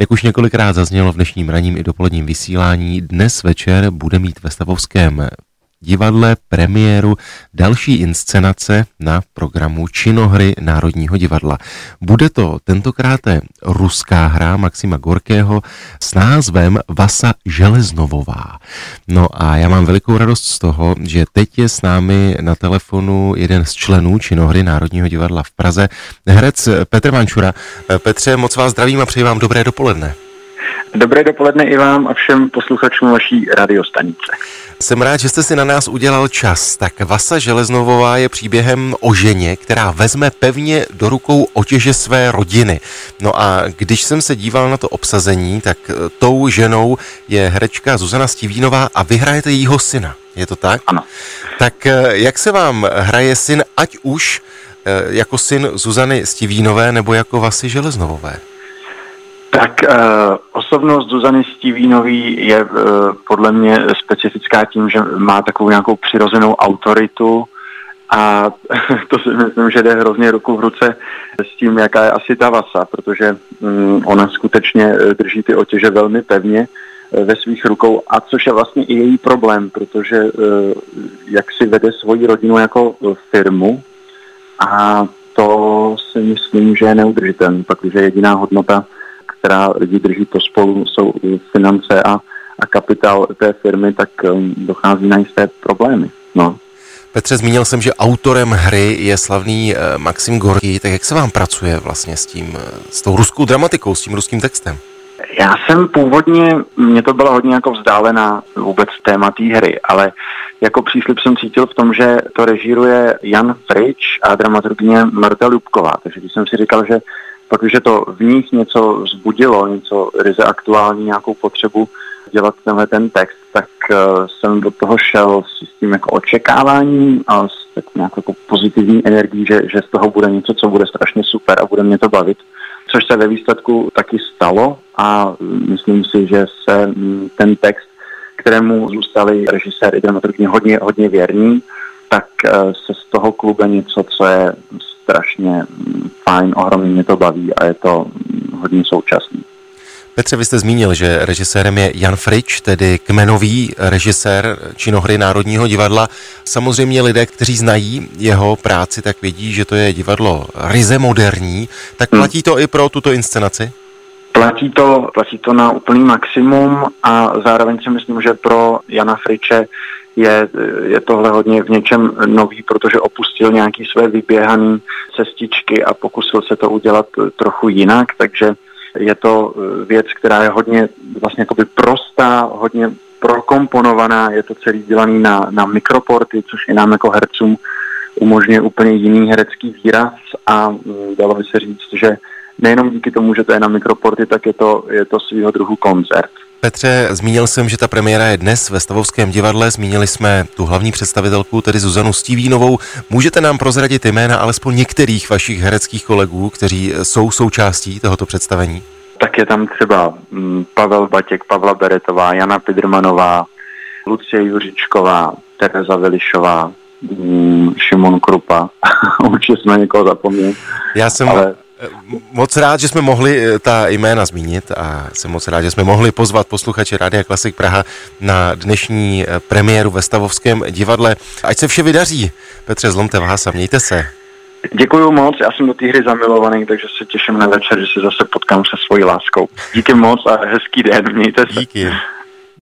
Jak už několikrát zaznělo v dnešním ranním i dopoledním vysílání, dnes večer bude mít ve Stavovském divadle premiéru další inscenace na programu Činohry Národního divadla. Bude to tentokráte ruská hra Maxima Gorkého s názvem Vasa Železnovová. No a já mám velikou radost z toho, že teď je s námi na telefonu jeden z členů Činohry Národního divadla v Praze, herec Petr Vančura. Petře, moc vás zdravím a přeji vám dobré dopoledne. Dobré dopoledne i vám a všem posluchačům vaší radiostanice. Jsem rád, že jste si na nás udělal čas. Tak Vasa Železnovová je příběhem o ženě, která vezme pevně do rukou otěže své rodiny. No a když jsem se díval na to obsazení, tak tou ženou je herečka Zuzana Stivínová a vy hrajete jejího syna. Je to tak? Ano. Tak jak se vám hraje syn, ať už jako syn Zuzany Stivínové nebo jako Vasy Železnovové? Tak osobnost Zuzany Stivínový je podle mě specifická tím, že má takovou nějakou přirozenou autoritu a to si myslím, že jde hrozně ruku v ruce s tím, jaká je asi ta Vasa, protože ona skutečně drží ty otěže velmi pevně ve svých rukou, a což je vlastně i její problém, protože jak si vede svoji rodinu jako firmu a to si myslím, že je neudržitelný, protože jediná hodnota, která lidi drží pospolu, jsou finance a kapitál té firmy, tak dochází na jisté problémy. No. Petře, zmínil jsem, že autorem hry je slavný Maxim Gorký, tak jak se vám pracuje vlastně s tou ruskou dramatikou, s tím ruským textem? Já jsem původně, mě to bylo hodně jako vzdálená vůbec téma té hry, ale jako příslib jsem cítil v tom, že to režíruje Jan Frič a dramaturgyně Marta Ljubková, takže když jsem si říkal, že protože to v nich něco vzbudilo, něco ryze aktuální, nějakou potřebu dělat tenhle ten text, tak jsem do toho šel s tím jako očekáváním a s tak nějakou pozitivní energií, že z toho bude něco, co bude strašně super a bude mě to bavit. Což se ve výsledku taky stalo a myslím si, že se ten text, kterému zůstali režisér i dramaturgně hodně věrní, tak se z toho klube něco, co je strašně fajn, ohromně mě to baví a je to hodně současný. Petře, vy jste zmínil, že režisérem je Jan Frič, tedy kmenový režisér Činohry Národního divadla. Samozřejmě lidé, kteří znají jeho práci, tak vědí, že to je divadlo ryze moderní. Tak platí to i pro tuto inscenaci? Platí to na úplný maximum a zároveň si myslím, že pro Jana Friče je tohle hodně v něčem nový, protože opustil nějaký své vyběhané cestičky a pokusil se to udělat trochu jinak, takže je to věc, která je hodně vlastně jakoby prostá, hodně prokomponovaná, je to celý dělaný na mikroporty, což i nám jako hercům umožňuje úplně jiný herecký výraz a dalo by se říct, že nejenom díky tomu, že to je na mikroporty, tak je to svýho druhu koncert. Petře, zmínil jsem, že ta premiéra je dnes ve Stavovském divadle, zmínili jsme tu hlavní představitelku, tedy Zuzanu Stivínovou. Můžete nám prozradit jména alespoň některých vašich hereckých kolegů, kteří jsou součástí tohoto představení? Tak je tam třeba Pavel Batěk, Pavla Beretová, Jana Pidrmanová, Lucie Juřičková, Tereza Velišová, Šimon Krupa. Určitě jsme někoho zapomněli. Já jsem moc rád, že jsme mohli ta jména zmínit a jsem moc rád, že jsme mohli pozvat posluchače Rádia Klasik Praha na dnešní premiéru ve Stavovském divadle. Ať se vše vydaří. Petře, zlomte vás a mějte se. Děkuju moc, já jsem do té hry zamilovaný, takže se těším na večer, že se zase potkám se svojí láskou. Díky moc a hezký den, mějte se. Díky.